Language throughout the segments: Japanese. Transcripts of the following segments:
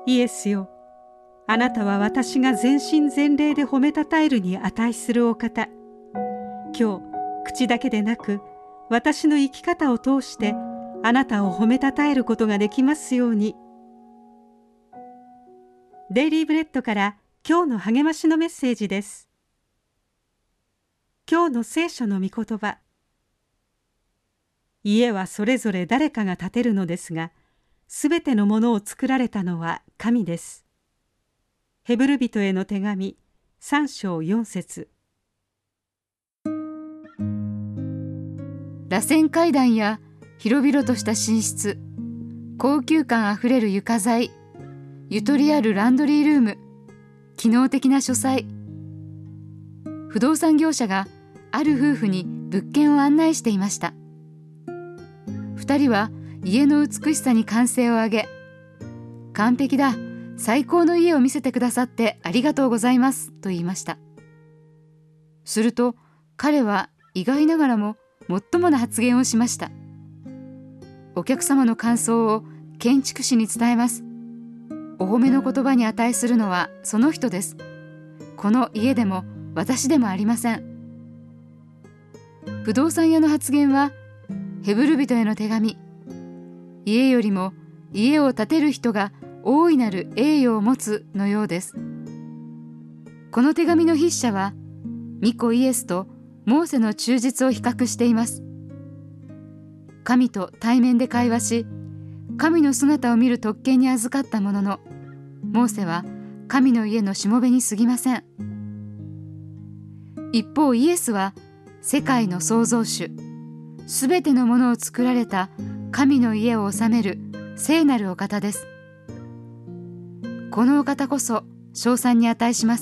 イエスよ、あなたは私が全身全霊で褒めたたえるに値するお方。今日、口だけでなく、私の生き方を通して、あなたを褒めたたえることができますように。デイリーブレッドから今日の励ましのメッセージです。今日の聖書の御言葉。家はそれぞれ誰かが建てるのですが、すべてのものを作られたのは神です。ヘブル人への手紙3章4節。 螺旋階段や広々とした寝室、高級感あふれる床材、ゆとりあるランドリールーム、機能的な書斎。不動産業者がある夫婦に物件を案内していました。二人は家の美しさに歓声を上げ、完璧だ、最高の家を見せてくださってありがとうございますと言いました。すると彼は意外ながらももっともな発言をしました。お客様の感想を建築士に伝えます。お褒めの言葉に値するのはその人です。この家でも私でもありません。不動産屋の発言はヘブル人への手紙、家よりも家を建てる人が大いなる栄誉を持つのようです。この手紙の筆者は御子イエスとモーセの忠実を比較しています。神と対面で会話し、神の姿を見る特権に預かったものの、モーセは神の家のしもべに過ぎません。一方イエスは世界の創造主、すべてのものを作られた神の家を治める聖なるお方です。このお方こそ称賛に値します。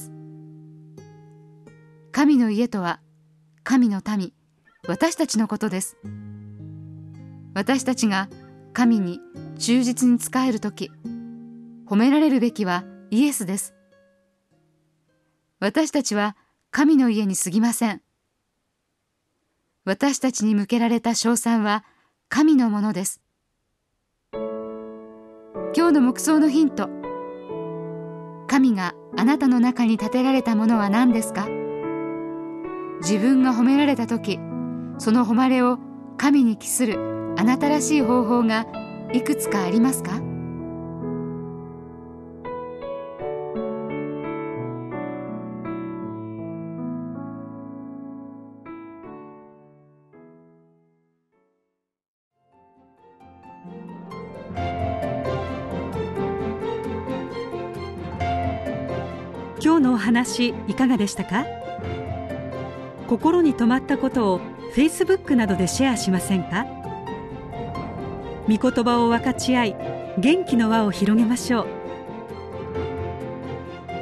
神の家とは神の民、私たちのことです。私たちが神に忠実に仕えるとき、褒められるべきはイエスです。私たちは神の家に過ぎません。私たちに向けられた称賛は神のものです。今日の黙想のヒント。神があなたの中に建てられたものは何ですか？自分が褒められたとき、その誉れを神に帰するあなたらしい方法がいくつかありますか？ 今日のお話いかがでしたか？心に留まったことを Facebook などでシェアしませんか？御言葉を分かち合い、元気の輪を広げましょう。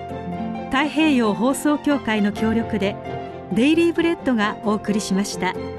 太平洋放送協会の協力でデイリーブレッドがお送りしました。